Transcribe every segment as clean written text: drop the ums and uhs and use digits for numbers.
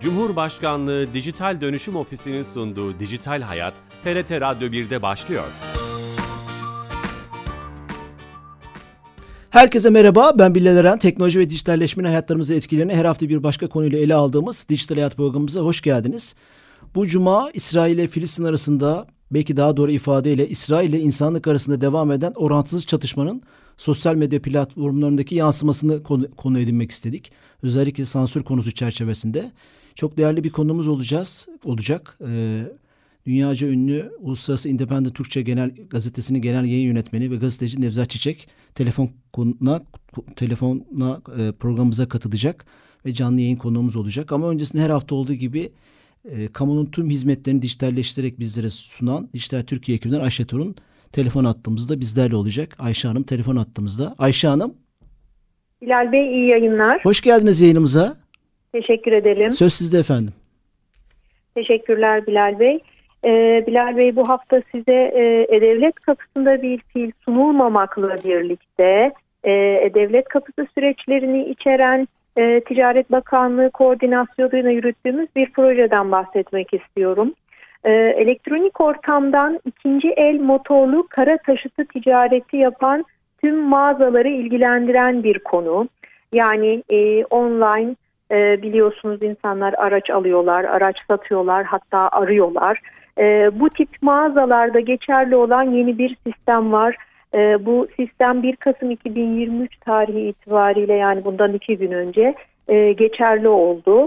Cumhurbaşkanlığı Dijital Dönüşüm Ofisi'nin sunduğu Dijital Hayat, TRT Radyo 1'de başlıyor. Herkese merhaba, ben Bilal Eren. Teknoloji ve dijitalleşmenin hayatlarımıza etkilerini her hafta bir başka konuyla ele aldığımız Dijital Hayat programımıza hoş geldiniz. Bu cuma İsrail ile Filistin arasında, belki daha doğru ifadeyle İsrail ile insanlık arasında devam eden orantısız çatışmanın sosyal medya platformlarındaki yansımasını konu edinmek istedik. Özellikle sansür konusu çerçevesinde. Çok değerli bir konumuz olacak. Dünyaca ünlü Uluslararası Independent Türkçe Gazetesi'nin genel yayın yönetmeni ve gazeteci Nevzat Çiçek telefonla programımıza katılacak ve canlı yayın konuğumuz olacak. Ama öncesinde her hafta olduğu gibi kamunun tüm hizmetlerini dijitalleştirerek bizlere sunan Dijital Türkiye ekibinden Ayşe Torun telefon attığımızda bizlerle olacak. Ayşe Hanım telefon attığımızda. Ayşe Hanım. Bilal Bey, iyi yayınlar. Hoş geldiniz yayınımıza. Teşekkür edelim. Söz sizde efendim. Teşekkürler Bilal Bey. Bilal Bey, bu hafta size E-Devlet Kapısı'nda bir fiil sunulmamakla birlikte E-Devlet Kapısı süreçlerini içeren Ticaret Bakanlığı koordinasyonuyla yürüttüğümüz bir projeden bahsetmek istiyorum. Elektronik ortamdan ikinci el motorlu kara taşıtı ticareti yapan tüm mağazaları ilgilendiren bir konu. Yani online biliyorsunuz insanlar araç alıyorlar, araç satıyorlar, hatta arıyorlar. Bu tip mağazalarda geçerli olan yeni bir sistem var. Bu sistem 1 Kasım 2023 tarihi itibariyle, yani bundan 2 gün önce geçerli oldu.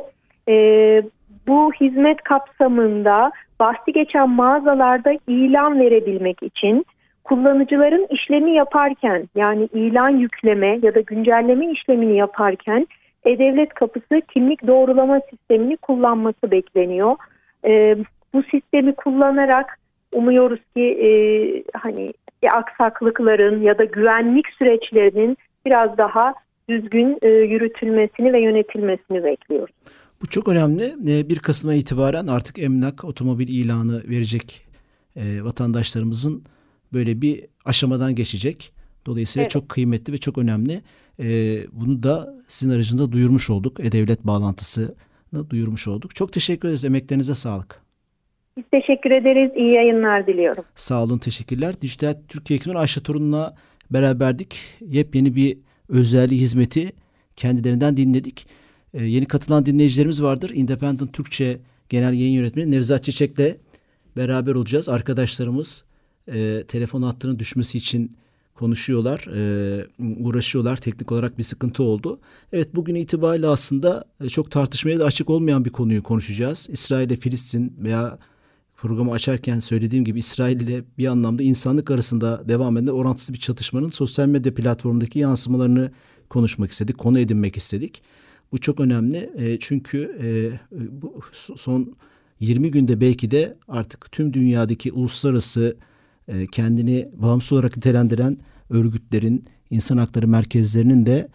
Bu hizmet kapsamında bahsi geçen mağazalarda ilan verebilmek için kullanıcıların işlemi yaparken, yani ilan yükleme ya da güncelleme işlemini yaparken E-Devlet Kapısı kimlik doğrulama sistemini kullanması bekleniyor. Bu sistemi kullanarak umuyoruz ki aksaklıkların ya da güvenlik süreçlerinin biraz daha düzgün yürütülmesini ve yönetilmesini bekliyoruz. Bu çok önemli. 1 Kasım'a itibaren artık emlak, otomobil ilanı verecek vatandaşlarımızın böyle bir aşamadan geçecek. Dolayısıyla evet, çok kıymetli ve çok önemli. Bunu da sizin aracınızda duyurmuş olduk. E-Devlet bağlantısını duyurmuş olduk. Çok teşekkür ederiz. Emeklerinize sağlık. Biz teşekkür ederiz. İyi yayınlar diliyorum. Sağ olun, teşekkürler. Dijital Türkiye ekibinden Ayşe Torun'la beraberdik. Yepyeni bir özelliği, hizmeti kendilerinden dinledik. Yeni katılan dinleyicilerimiz vardır. Independent Türkçe Genel Yayın Yönetmeni Nevzat Çiçek'le beraber olacağız. Arkadaşlarımız telefon hattının düşmesi için konuşuyorlar, uğraşıyorlar. Teknik olarak bir sıkıntı oldu. Evet, bugün itibariyle aslında çok tartışmaya da açık olmayan bir konuyu konuşacağız. İsrail ile Filistin, veya programı açarken söylediğim gibi İsrail ile bir anlamda insanlık arasında devam eden orantısız bir çatışmanın sosyal medya platformundaki yansımalarını konuşmak istedik, konu edinmek istedik. Bu çok önemli çünkü bu son 20 günde belki de artık tüm dünyadaki uluslararası kendini bağımsız olarak nitelendiren örgütlerin, insan hakları merkezlerinin de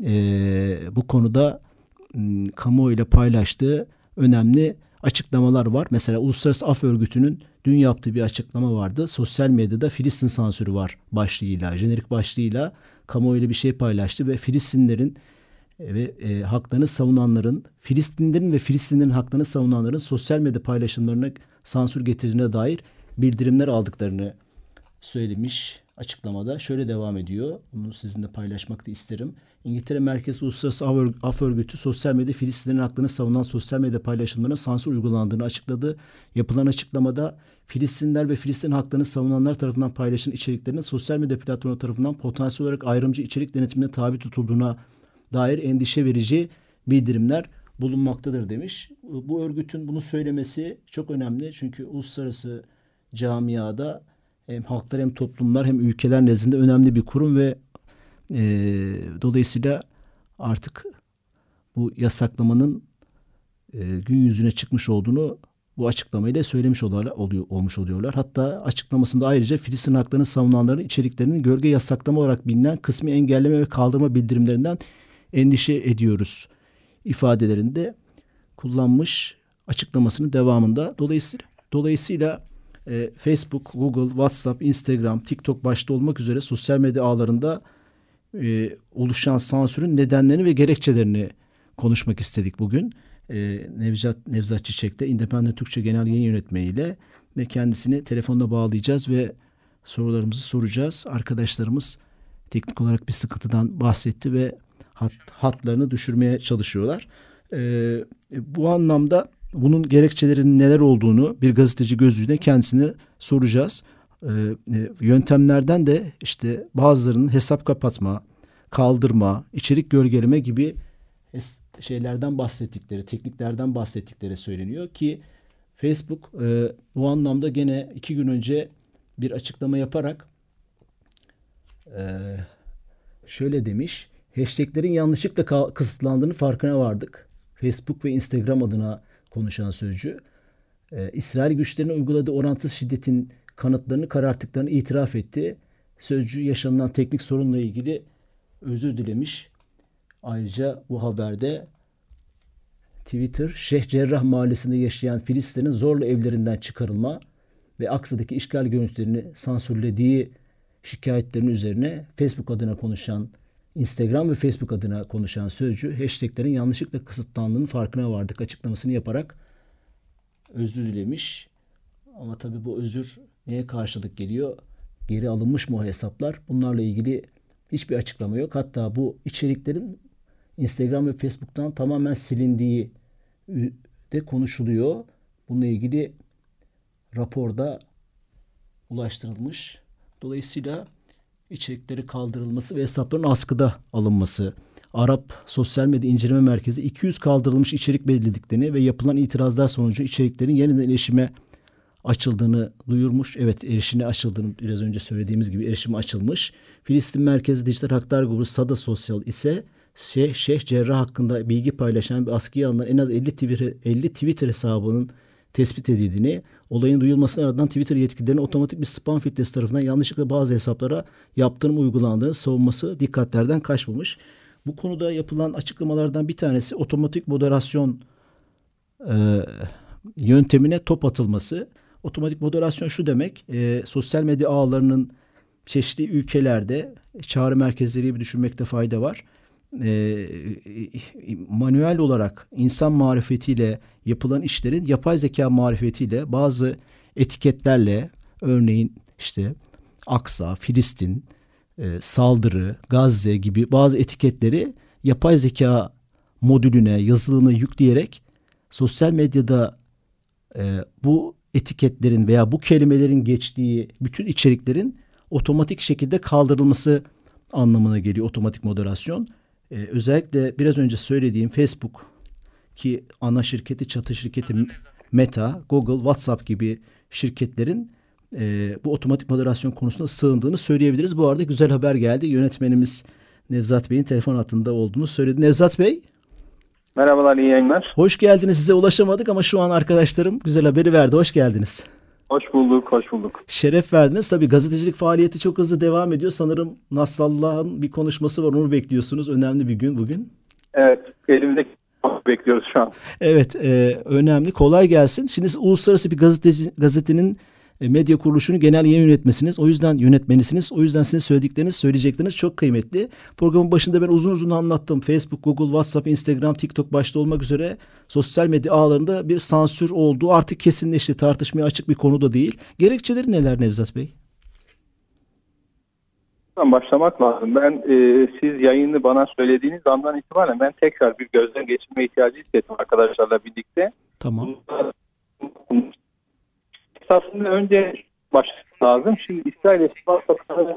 bu konuda kamuoyuyla paylaştığı önemli açıklamalar var. Mesela Uluslararası Af Örgütü'nün dün yaptığı bir açıklama vardı. Sosyal medyada Filistin sansürü var başlığıyla, jenerik başlığıyla kamuoyuyla bir şey paylaştı ve Filistinlerin ve haklarını savunanların, Filistinlerin ve Filistinlerin haklarını savunanların sosyal medya paylaşımlarına sansür getirdiğine dair bildirimler aldıklarını söylemiş açıklamada. Şöyle devam ediyor. Bunu sizinle paylaşmak da isterim. İngiltere Merkezi Uluslararası Af Örgütü sosyal medya Filistinlerin haklarını savunan sosyal medya paylaşımlarına sansür uygulandığını açıkladı. Yapılan açıklamada Filistinler ve Filistin haklarını savunanlar tarafından paylaşılan içeriklerinin sosyal medya platformu tarafından potansiyel olarak ayrımcı içerik denetimine tabi tutulduğuna dair endişe verici bildirimler bulunmaktadır demiş. Bu örgütün bunu söylemesi çok önemli. Çünkü uluslararası camiada hem halklar hem toplumlar hem ülkeler nezdinde önemli bir kurum ve dolayısıyla artık bu yasaklamanın gün yüzüne çıkmış olduğunu bu açıklamayla söylemiş olmuş oluyorlar. Hatta açıklamasında ayrıca Filistin haklarını savunanların içeriklerinin gölge yasaklama olarak bilinen kısmi engelleme ve kaldırma bildirimlerinden endişe ediyoruz ifadelerinde kullanmış açıklamasının devamında. Dolayısıyla Facebook, Google, WhatsApp, Instagram, TikTok başta olmak üzere sosyal medya ağlarında oluşan sansürün nedenlerini ve gerekçelerini konuşmak istedik bugün. Nevzat Çiçek'le Independent Türkçe Genel Yayın Yönetmeni ile ve kendisini telefonla bağlayacağız ve sorularımızı soracağız. Arkadaşlarımız teknik olarak bir sıkıntıdan bahsetti ve hatlarını düşürmeye çalışıyorlar. Bu anlamda bunun gerekçelerinin neler olduğunu bir gazeteci gözüyle kendisine soracağız. Yöntemlerden de işte bazılarının hesap kapatma, kaldırma, içerik gölgeleme gibi şeylerden bahsettikleri, tekniklerden bahsettikleri söyleniyor ki Facebook bu anlamda gene 2 gün önce bir açıklama yaparak şöyle demiş: hashtaglerin yanlışlıkla kısıtlandığını farkına vardık. Facebook ve Instagram adına konuşan sözcü, İsrail güçlerine uyguladığı orantısız şiddetin kanıtlarını kararttıklarını itiraf etti. Sözcü yaşanılan teknik sorunla ilgili özür dilemiş. Ayrıca bu haberde Twitter, Şeyh Cerrah mahallesinde yaşayan Filistinlerin zorla evlerinden çıkarılma ve Aksa'daki işgal görüntülerini sansürlediği şikayetlerin üzerine Facebook adına konuşan, Instagram ve Facebook adına konuşan sözcü, hashtaglerin yanlışlıkla kısıtlandığının farkına vardık açıklamasını yaparak özür dilemiş. Ama tabii bu özür neye karşılık geliyor? Geri alınmış mı o hesaplar? Bunlarla ilgili hiçbir açıklama yok. Hatta bu içeriklerin Instagram ve Facebook'tan tamamen silindiği de konuşuluyor. Bununla ilgili raporda ulaştırılmış. Dolayısıyla içerikleri kaldırılması ve hesapların askıda alınması. Arap Sosyal Medya İnceleme Merkezi 200 kaldırılmış içerik belirlediklerini ve yapılan itirazlar sonucu içeriklerin yeniden erişime açıldığını duyurmuş. Evet, erişime açıldığını biraz önce söylediğimiz gibi erişime açılmış. Filistin Merkezi Dijital Haklar Grubu Sada Sosyal ise Şeyh Cerrah hakkında bilgi paylaşan bir askıya alınan en az 50 Twitter hesabının tespit edildiğini, olayın duyulmasının ardından Twitter yetkililerinin otomatik bir spam filtresi tarafından yanlışlıkla bazı hesaplara yaptırım uygulandığını savunması dikkatlerden kaçmamış. Bu konuda yapılan açıklamalardan bir tanesi otomatik moderasyon yöntemine top atılması. Otomatik moderasyon şu demek: sosyal medya ağlarının çeşitli ülkelerde çağrı merkezleri gibi düşünmekte fayda var. Manuel olarak insan marifetiyle yapılan işlerin yapay zeka marifetiyle bazı etiketlerle, örneğin işte Aksa, Filistin, saldırı, Gazze gibi bazı etiketleri yapay zeka modülüne, yazılımına yükleyerek sosyal medyada bu etiketlerin veya bu kelimelerin geçtiği bütün içeriklerin otomatik şekilde kaldırılması anlamına geliyor otomatik moderasyon. Özellikle biraz önce söylediğim Facebook ki ana şirketi, çatı şirketi Meta, Google, WhatsApp gibi şirketlerin bu otomatik moderasyon konusunda sığındığını söyleyebiliriz. Bu arada güzel haber geldi. Yönetmenimiz Nevzat Bey'in telefon hattında olduğunu söyledi. Nevzat Bey. Merhabalar, iyi yayınlar. Hoş geldiniz. Size ulaşamadık ama şu an arkadaşlarım güzel haberi verdi. Hoş geldiniz. Hoş bulduk, hoş bulduk. Şeref verdiniz. Tabii gazetecilik faaliyeti çok hızlı devam ediyor. Sanırım Nasrallah'ın bir konuşması var. Onu bekliyorsunuz. Önemli bir gün bugün. Evet, elimizde bekliyoruz şu an. Evet, önemli. Kolay gelsin. Şimdi siz uluslararası bir gazetenin medya kuruluşunun genel yayın yönetmesiniz. O yüzden yönetmenisiniz. O yüzden sizin söyledikleriniz, söyleyecekleriniz çok kıymetli. Programın başında ben uzun uzun anlattım. Facebook, Google, WhatsApp, Instagram, TikTok başta olmak üzere sosyal medya ağlarında bir sansür olduğu artık kesinleşti. Tartışmaya açık bir konu da değil. Gerekçeleri neler Nevzat Bey? Başlamak lazım. Ben siz yayını bana söylediğiniz andan itibaren ben tekrar bir gözden geçirme ihtiyacı hissettim arkadaşlarla birlikte. Tamam. Aslında önce başlamak lazım. Şimdi İsrail Bakanı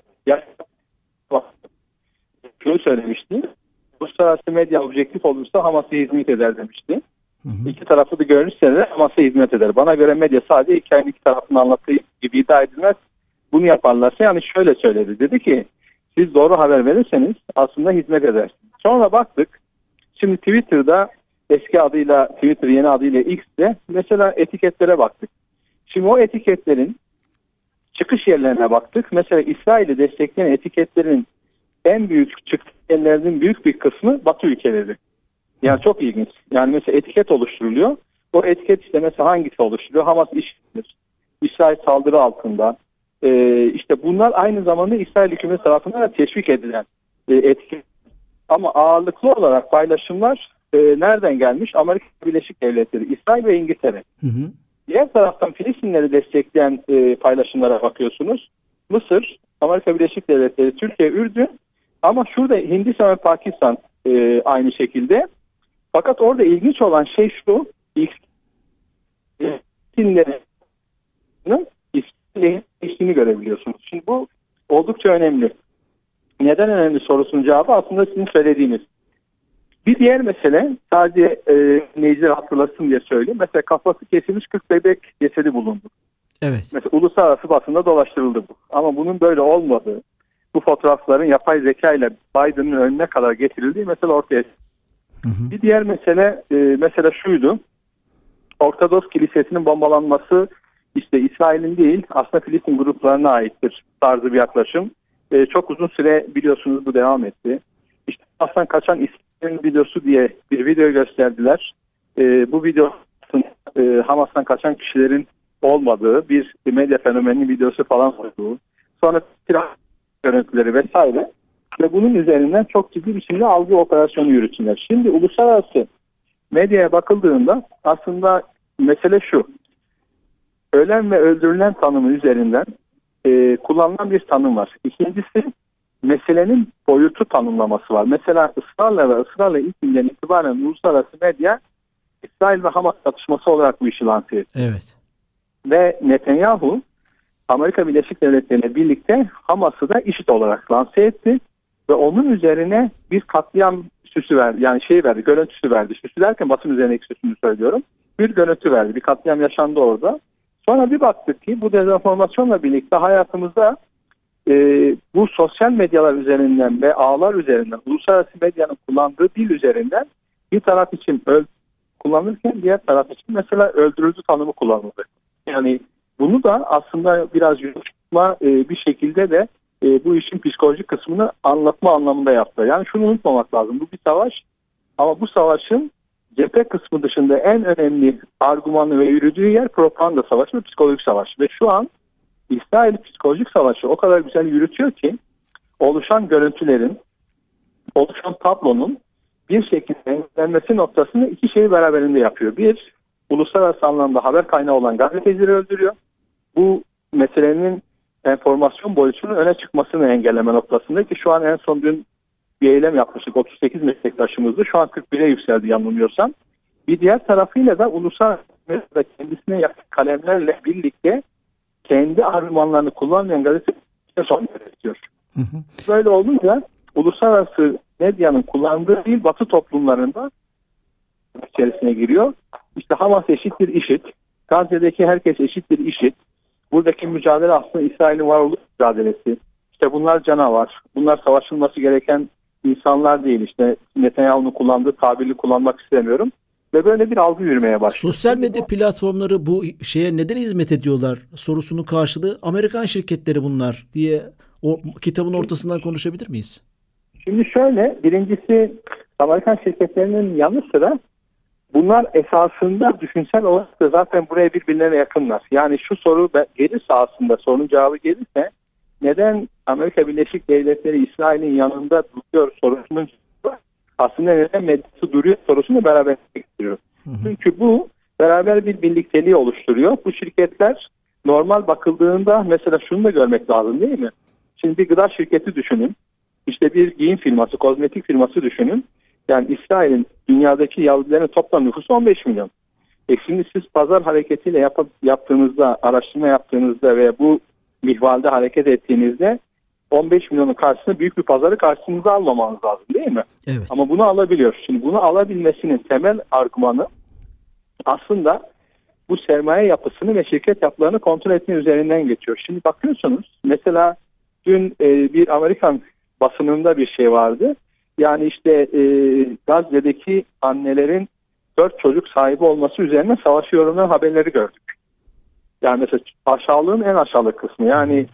şunu söylemişti. Uluslararası medya objektif olursa Hamas'a hizmet eder demişti. İki tarafı da görürse de Hamas'a hizmet eder. Bana göre medya sadece hikayenin iki tarafını anlattığı gibi iddia edilmez. Bunu yaparlarsa yani şöyle söyledi. Dedi ki siz doğru haber verirseniz aslında hizmet edersiniz. Sonra baktık. Şimdi Twitter'da eski adıyla Twitter, yeni adıyla X'te mesela etiketlere baktık. Şimdi o etiketlerin çıkış yerlerine baktık. Mesela İsrail'i destekleyen etiketlerin en büyük çıkış yerlerinin büyük bir kısmı Batı ülkeleri. Yani çok ilginç. Yani mesela etiket oluşturuluyor. O etiket işte mesela hangisi oluşturuyor? Hamas işidir. İsrail saldırı altında. İşte bunlar aynı zamanda İsrail hükümeti tarafından da teşvik edilen etiket. Ama ağırlıklı olarak paylaşımlar nereden gelmiş? Amerika Birleşik Devletleri, İsrail ve İngiltere. Hı hı. Diğer taraftan Filistinleri destekleyen paylaşımlara bakıyorsunuz. Mısır, Amerika Birleşik Devletleri, Türkiye, Ürdün, ama şurada Hindistan ve Pakistan aynı şekilde. Fakat orada ilginç olan şey şu, Filistinlerin İsrail'in eşliğini görebiliyorsunuz. Şimdi bu oldukça önemli. Neden önemli sorusunun cevabı aslında sizin söylediğiniz. Bir diğer mesele, sadece dinleyiciler hatırlasın diye söyleyeyim. Mesela kafası kesilmiş 40 bebek cesedi bulundu. Evet. Mesela uluslararası basında dolaştırıldı bu. Ama bunun böyle olmadığı, bu fotoğrafların yapay zeka ile Biden'ın önüne kadar getirildiği mesela ortaya çıktı. Bir diğer mesele mesela şuydu. Ortodoks Kilisesi'nin bombalanması işte İsrail'in değil, aslında Filistin gruplarına aittir tarzı bir yaklaşım. Çok uzun süre biliyorsunuz bu devam etti. İşte aslında kaçan İsrail'in videosu diye bir video gösterdiler. Bu video Hamas'tan kaçan kişilerin olmadığı bir medya fenomeninin videosu falan olduğu. Sonra silah görüntüleri vesaire. Ve bunun üzerinden çok ciddi bir şekilde algı operasyonu yürütünler. Şimdi uluslararası medyaya bakıldığında aslında mesele şu. Ölen ve öldürülen tanımı üzerinden kullanılan bir tanım var. İkincisi meselenin boyutu tanımlaması var. Mesela ısrarla ilk günden itibaren uluslararası medya İsrail ve Hamas çatışması olarak bu işi lanse etti. Evet. Ve Netanyahu Amerika Birleşik Devletleri ile birlikte Hamas'ı da IŞİD olarak lanse etti ve onun üzerine bir katliam süsü verdi. Yani görüntüsü verdi. Süsü derken basın üzerindeki süsünü söylüyorum. Bir görüntü verdi. Bir katliam yaşandı orada. Sonra bir baktık ki bu dezenformasyonla birlikte hayatımızda bu sosyal medyalar üzerinden ve ağlar üzerinden, uluslararası medyanın kullandığı dil üzerinden bir taraf için kullanılırken diğer taraf için mesela öldürüldü tanımı kullanıldı. Yani bunu da aslında biraz yürütme bir şekilde de bu işin psikolojik kısmını anlatma anlamında yaptı. Yani şunu unutmamak lazım. Bu bir savaş ama bu savaşın cephe kısmı dışında en önemli argümanı ve yürüdüğü yer propaganda savaşı ve psikolojik savaş. Ve şu an İsrail psikolojik savaşı o kadar güzel yürütüyor ki oluşan görüntülerin, oluşan tablonun bir şekilde engellenmesi noktasında iki şeyi beraberinde yapıyor. Bir, uluslararası anlamda haber kaynağı olan gazetecileri öldürüyor. Bu meselenin enformasyon boyutunun öne çıkmasını engelleme noktasında ki şu an en son dün bir eylem yapmıştık. 38 meslektaşımızdı. Şu an 41'e yükseldi yanılmıyorsam. Bir diğer tarafıyla da uluslararası kendisine yakın kalemlerle birlikte kendi argümanlarını kullanmayan gazeteciler son üretiyor. Böyle olunca uluslararası medyanın kullandığı dil Batı toplumlarında içerisine giriyor. İşte Hamas eşittir IŞİD. Gazze'deki herkes eşittir IŞİD. Buradaki mücadele aslında İsrail'in varoluş mücadelesi. İşte bunlar canavar. Bunlar savaşılması gereken insanlar değil. İşte Netanyahu'nun kullandığı tabiri kullanmak istemiyorum. Ve böyle bir algı yürümeye başlıyor. Sosyal medya platformları bu şeye neden hizmet ediyorlar sorusunun karşılığı Amerikan şirketleri bunlar diye o kitabın ortasından konuşabilir miyiz? Şimdi şöyle, birincisi Amerikan şirketlerinin yanı sıra bunlar esasında düşünsel olarak da zaten buraya birbirlerine yakınlar. Yani şu soru gelirse aslında sorunun cevabı gelirse neden Amerika Birleşik Devletleri İsrail'in yanında duruyor sorusunun aslında neden medyası duruyor sorusunu beraber getiriyor. Çünkü bu beraber bir birlikteliği oluşturuyor. Bu şirketler normal bakıldığında mesela şunu da görmek lazım değil mi? Şimdi bir gıda şirketi düşünün. İşte bir giyim firması, kozmetik firması düşünün. Yani İsrail'in dünyadaki Yahudilerin toplam nüfusu 15 milyon. Şimdi siz pazar hareketiyle yaptığınızda, araştırma yaptığınızda ve bu mihvalde hareket ettiğinizde 15 milyonun karşısında büyük bir pazarı karşınıza almamanız lazım değil mi? Evet. Ama bunu alabiliyor. Şimdi bunu alabilmesinin temel argümanı aslında bu sermaye yapısını ve şirket yapılarını kontrol etme üzerinden geçiyor. Şimdi bakıyorsunuz mesela dün bir Amerikan basınında bir şey vardı. Yani işte Gazze'deki annelerin 4 çocuk sahibi olması üzerine savaşı yorumlayan haberleri gördük. Yani mesela aşağılığın en aşağılık kısmı. Yani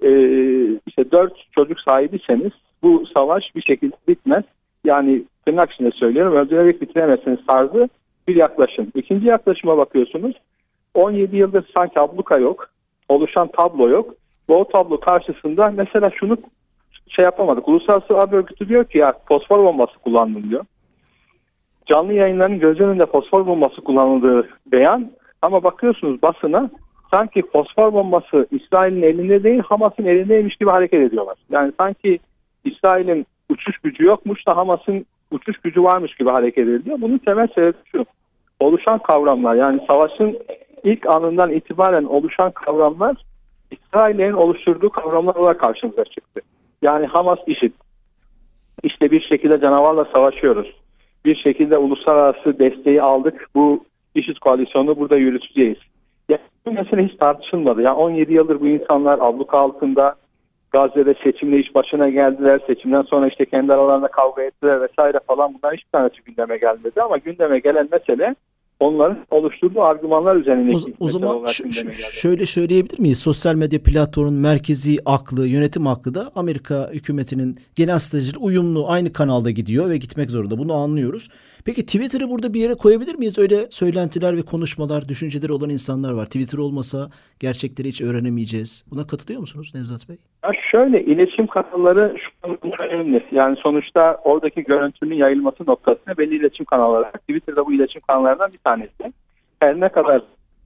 işte 4 çocuk sahibiyseniz bu savaş bir şekilde bitmez. Yani tırnak içinde söylüyorum, öldürerek bitiremezsiniz tarzı bir yaklaşım. İkinci yaklaşıma bakıyorsunuz. 17 yıldır sanki abluka yok. Oluşan tablo yok. Bu tablo karşısında mesela şunu yapamadık. Uluslararası Haber Örgütü diyor ki ya fosfor bombası kullandım diyor. canlı yayınların göz önünde fosfor bombası kullanıldığı beyan, ama bakıyorsunuz basına sanki fosfor bombası İsrail'in elinde değil Hamas'ın elindeymiş gibi hareket ediyorlar. Yani sanki İsrail'in uçuş gücü yokmuş da Hamas'ın uçuş gücü varmış gibi hareket ediliyor. Bunun temel sebebi şu: oluşan kavramlar, yani savaşın ilk anından itibaren oluşan kavramlar İsrail'in oluşturduğu kavramlar olarak karşımıza çıktı. Yani Hamas IŞİD, işte bir şekilde canavarla savaşıyoruz. Bir şekilde uluslararası desteği aldık. Bu IŞİD koalisyonunu burada yürüteceğiz. Yani bu mesele hiç tartışılmadı. Yani 17 yıldır bu insanlar abluka altında, Gazze'de seçimle iş başına geldiler. Seçimden sonra işte kendi aralarında kavga ettiler vesaire falan. Bunlar hiçbir tanesi gündeme gelmedi. Ama gündeme gelen mesele onların oluşturduğu argümanlar üzerine. O zaman şöyle söyleyebilir miyiz? Sosyal medya platformunun merkezi aklı, yönetim aklı da Amerika hükümetinin genel stratejiyle uyumlu, aynı kanalda gidiyor ve gitmek zorunda. Bunu anlıyoruz. Peki Twitter'ı burada bir yere koyabilir miyiz? Öyle söylentiler ve konuşmalar, düşünceleri olan insanlar var. Twitter olmasa gerçekleri hiç öğrenemeyeceğiz. Buna katılıyor musunuz Nevzat Bey? Ya şöyle, iletişim kanalları şu an önemli. Yani sonuçta oradaki görüntünün yayılması noktasında belli iletişim kanalları. Twitter'da bu iletişim kanallarından bir tanesi. Her ne kadar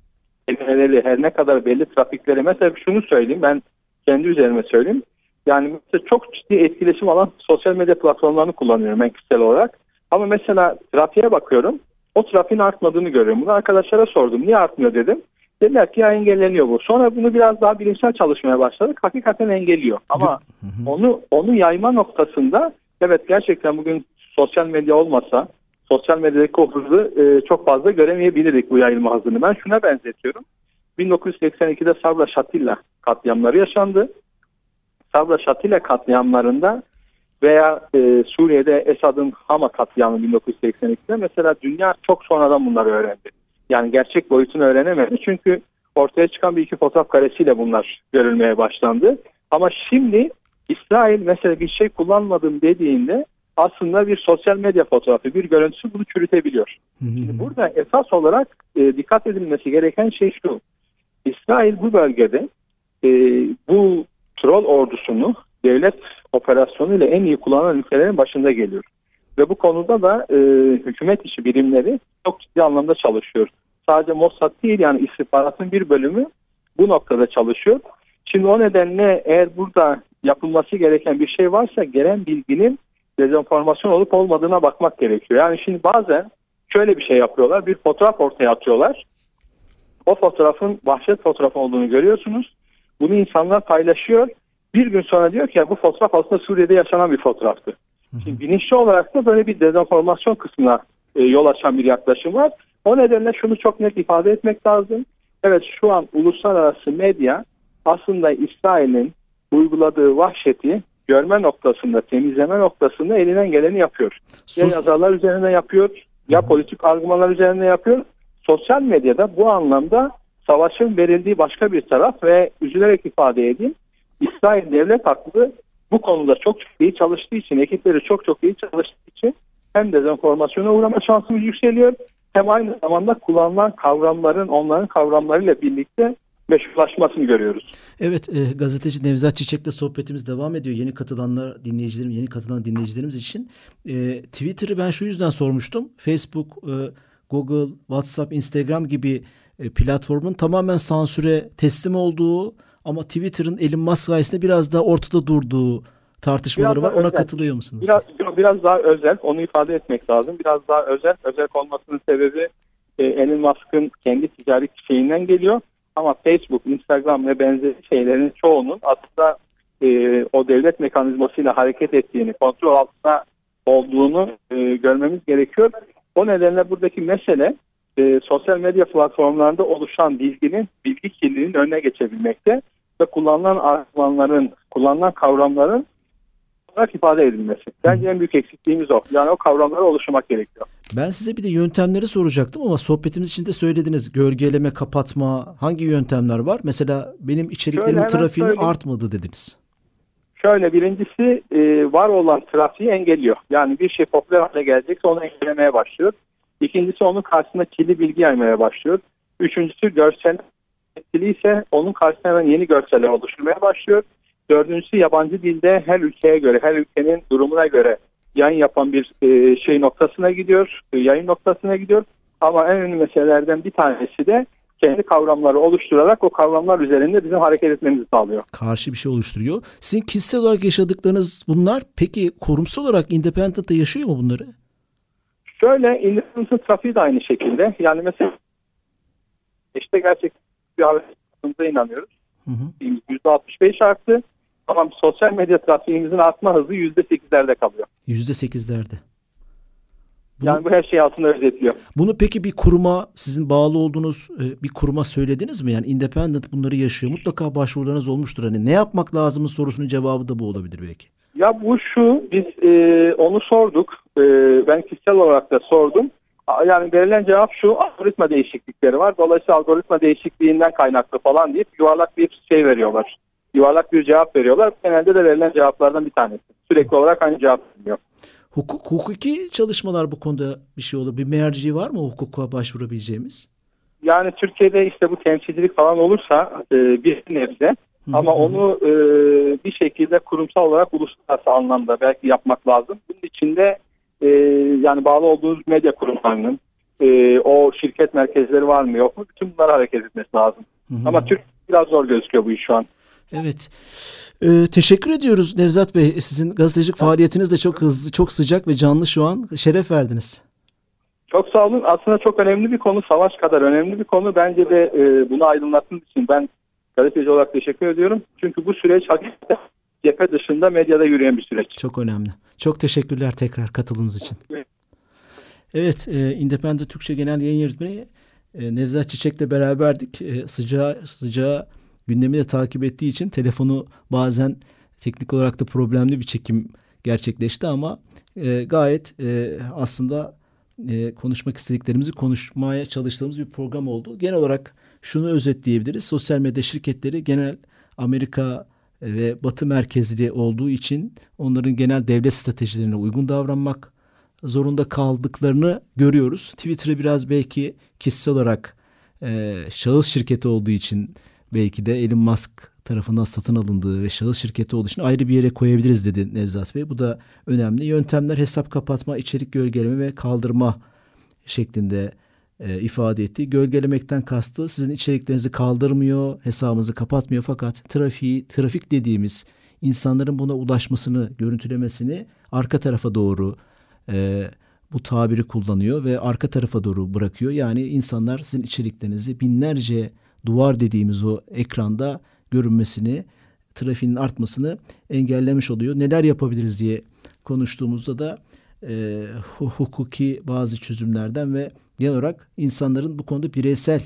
her ne kadar belli trafikleri, mesela şunu söyleyeyim, ben kendi üzerime söyleyeyim. Yani mesela çok ciddi etkileşim alan sosyal medya platformlarını kullanıyorum ben kişisel olarak. Ama mesela trafiğe bakıyorum, o trafiğin artmadığını görüyorum. Bunu arkadaşlara sordum. Niye artmıyor dedim. Dediler ki ya engelleniyor bu. Sonra bunu biraz daha bilimsel çalışmaya başladık. Hakikaten engelliyor. Ama onu yayma noktasında, evet, gerçekten bugün sosyal medya olmasa sosyal medyadaki o hızı çok fazla göremeyebilirdik, bu yayılma hızını. Ben şuna benzetiyorum. 1982'de Sabra Şatilla katliamları yaşandı. Sabra Şatilla katliamlarında veya Suriye'de Esad'ın Hama katliamı 1982'de mesela dünya çok sonradan bunları öğrendi. Yani gerçek boyutunu öğrenemedi. Çünkü ortaya çıkan bir iki fotoğraf karesiyle bunlar görülmeye başlandı. Ama şimdi İsrail mesela bir şey kullanmadım dediğinde aslında bir sosyal medya fotoğrafı, bir görüntüsü bunu çürütebiliyor. Şimdi burada esas olarak dikkat edilmesi gereken şey şu: İsrail bu bölgede bu troll ordusunu devlet operasyonuyla en iyi kullanan ülkelerin başında geliyor. Ve bu konuda da hükümet içi birimleri çok ciddi anlamda çalışıyor. Sadece Mossad değil, yani istihbaratın bir bölümü bu noktada çalışıyor. Şimdi o nedenle eğer burada yapılması gereken bir şey varsa gelen bilginin dezenformasyon olup olmadığına bakmak gerekiyor. Yani şimdi bazen şöyle bir şey yapıyorlar, bir fotoğraf ortaya atıyorlar. O fotoğrafın vahşet fotoğrafı olduğunu görüyorsunuz. Bunu insanlar paylaşıyor. Bir gün sonra diyor ki ya bu fotoğraf aslında Suriye'de yaşanan bir fotoğraftı. Şimdi bilinçli olarak da böyle bir dezenformasyon kısmına yol açan bir yaklaşım var. O nedenle şunu çok net ifade etmek lazım. Evet, şu an uluslararası medya aslında İsrail'in uyguladığı vahşeti görme noktasında, temizleme noktasında elinden geleni yapıyor. Ya yazarlar üzerine yapıyor, ya politik argümanlar üzerine yapıyor. Sosyal medyada bu anlamda savaşın verildiği başka bir taraf ve üzülerek ifade edeyim, İsrail devlet aklı bu konuda çok iyi çalıştığı için, ekipleri çok iyi çalıştığı için hem dezenformasyona uğrama şansımız yükseliyor, hem aynı zamanda kullanılan kavramların onların kavramlarıyla birlikte meşrulaşmasını görüyoruz. Evet, gazeteci Nevzat Çiçek'le sohbetimiz devam ediyor. Yeni katılan dinleyicilerimiz için. Twitter'ı ben şu yüzden sormuştum. Facebook, Google, WhatsApp, Instagram gibi platformun tamamen sansüre teslim olduğu ama Twitter'ın Elon Musk sayesinde biraz daha ortada durduğu tartışmaları var. Ona katılıyor musunuz? Biraz daha özel, onu ifade etmek lazım. Biraz daha özel olmasının sebebi Elon Musk'ın kendi ticari şeyinden geliyor. Ama Facebook, Instagram ve benzeri şeylerin çoğunun aslında o devlet mekanizmasıyla hareket ettiğini, kontrol altında olduğunu görmemiz gerekiyor. O nedenle buradaki mesele sosyal medya platformlarında oluşan bilgi kirliliğinin önüne geçebilmekte ve kullanılan argümanların, kullanılan kavramların olarak ifade edilmesi. Bence en büyük eksikliğimiz o. Yani o kavramlara oluşturmak gerekiyor. Ben size bir de yöntemleri soracaktım ama sohbetimiz içinde söylediniz. Gölgeleme, kapatma, hangi yöntemler var? Mesela benim içeriklerimin trafiğini artmadı dediniz. Şöyle, birincisi var olan trafiği engelliyor. Yani bir şey popüler hale gelecekse onu engellemeye başlıyor. İkincisi onun karşısında kirli bilgi yaymaya başlıyor. Üçüncüsü görsel etkili ise onun karşısında hemen yeni görseller oluşturmaya başlıyor. Dördüncüsü yabancı dilde her ülkeye göre, her ülkenin durumuna göre yayın yapan bir noktasına gidiyor, yayın noktasına gidiyor. Ama en önemli meselelerden bir tanesi de kendi kavramları oluşturarak o kavramlar üzerinde bizim hareket etmemizi sağlıyor. Karşı bir şey oluşturuyor. Sizin kişisel olarak yaşadıklarınız bunlar. Peki kurumsal olarak Independent'ta yaşıyor mu bunları? Şöyle, Independent'ın trafiği de aynı şekilde. Yani mesela işte gerçekten bir haberimize inanıyoruz. %65 arttı. Ama sosyal medya trafiğimizin artma hızı %8'lerde kalıyor. %8'lerde. Yani bu her şeyi altında özetliyor. Bunu peki bir kuruma, sizin bağlı olduğunuz bir kuruma söylediniz mi? Yani Independent bunları yaşıyor. Mutlaka başvurularınız olmuştur. Hani ne yapmak lazımın sorusunun cevabı da bu olabilir belki. Ya bu şu, biz onu sorduk. Ben kişisel olarak da sordum. Yani verilen cevap şu: algoritma değişiklikleri var. Dolayısıyla algoritma değişikliğinden kaynaklı falan deyip yuvarlak bir şey veriyorlar. Yuvarlak bir cevap veriyorlar. Genelde de verilen cevaplardan bir tanesi. Sürekli olarak aynı cevap veriliyor. Hukuki çalışmalar bu konuda bir şey olur. Bir merci var mı hukuka başvurabileceğimiz? Yani Türkiye'de işte bu temsilcilik falan olursa bir nebze. Ama onu bir şekilde kurumsal olarak uluslararası anlamda belki yapmak lazım. Bunun için de yani bağlı olduğunuz medya kurumlarının o şirket merkezleri var mı yok mu? Bütün bunlara hareket etmesi lazım. Ama Türkiye biraz zor gözüküyor bu iş şu an. Evet. Teşekkür ediyoruz Nevzat Bey. Sizin gazetecilik faaliyetiniz de çok hızlı, çok sıcak ve canlı şu an. Şeref verdiniz. Çok sağ olun. Aslında çok önemli bir konu. Savaş kadar önemli bir konu. Bence de bunu aydınlatmak için ben gazeteci olarak teşekkür ediyorum. Çünkü bu süreç hakikaten cephe dışında medyada yürüyen bir süreç. Çok önemli. Çok teşekkürler tekrar katılımınız için. Evet, Independent Türkçe Genel Yayın Yönetmeni Nevzat Çiçek'le beraberdik. Sıcağı gündemi de takip ettiği için telefonu bazen teknik olarak da problemli bir çekim gerçekleşti ama gayet aslında konuşmak istediklerimizi konuşmaya çalıştığımız bir program oldu. Genel olarak şunu özetleyebiliriz. Sosyal medya şirketleri genel Amerika ve Batı merkezli olduğu için onların genel devlet stratejilerine uygun davranmak zorunda kaldıklarını görüyoruz. Twitter'ı biraz belki kişisel olarak şahıs şirketi olduğu için belki de Elon Musk tarafından satın alındığı ve şahıs şirketi olduğu için ayrı bir yere koyabiliriz dedi Nevzat Bey. Bu da önemli. Yöntemler hesap kapatma, içerik gölgeleme ve kaldırma şeklinde ifade etti. Gölgelemekten kastı sizin içeriklerinizi kaldırmıyor, hesabınızı kapatmıyor fakat trafik dediğimiz insanların buna ulaşmasını, görüntülemesini arka tarafa doğru bu tabiri kullanıyor ve arka tarafa doğru bırakıyor. Yani insanlar sizin içeriklerinizi binlerce duvar dediğimiz o ekranda görünmesini, trafiğin artmasını engellemiş oluyor. Neler yapabiliriz diye konuştuğumuzda da hukuki bazı çözümlerden ve genel olarak insanların bu konuda bireysel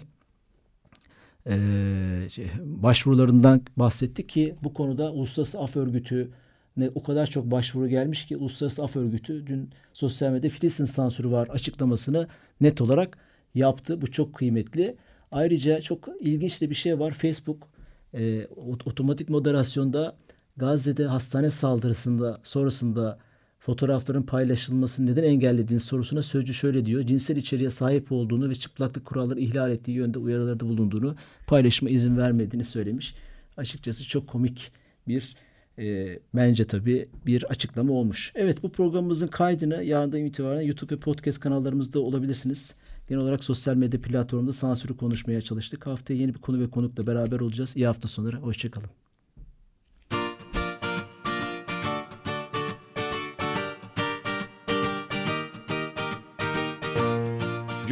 başvurularından bahsettik ki bu konuda Uluslararası Af Örgütü'ne o kadar çok başvuru gelmiş ki Uluslararası Af Örgütü dün sosyal medyada Filistin sansürü var açıklamasını net olarak yaptı. Bu çok kıymetli. Ayrıca çok ilginç de bir şey var. Facebook otomatik moderasyonda Gazze'de hastane saldırısında sonrasında fotoğrafların paylaşılmasını neden engellediğin sorusuna sözcü şöyle diyor: cinsel içeriğe sahip olduğunu ve çıplaklık kuralları ihlal ettiği yönde uyarılarda bulunduğunu, paylaşıma izin vermediğini söylemiş. Açıkçası çok komik bir bence tabii bir açıklama olmuş. Evet, bu programımızın kaydını yarından itibaren YouTube ve podcast kanallarımızda olabilirsiniz. Genel olarak sosyal medya platformunda sansürü konuşmaya çalıştık. Haftaya yeni bir konu ve konukla beraber olacağız. İyi hafta sonları. Hoşçakalın.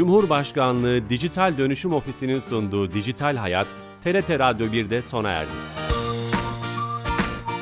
Cumhurbaşkanlığı Dijital Dönüşüm Ofisi'nin sunduğu Dijital Hayat, TRT Radyo 1'de sona erdi.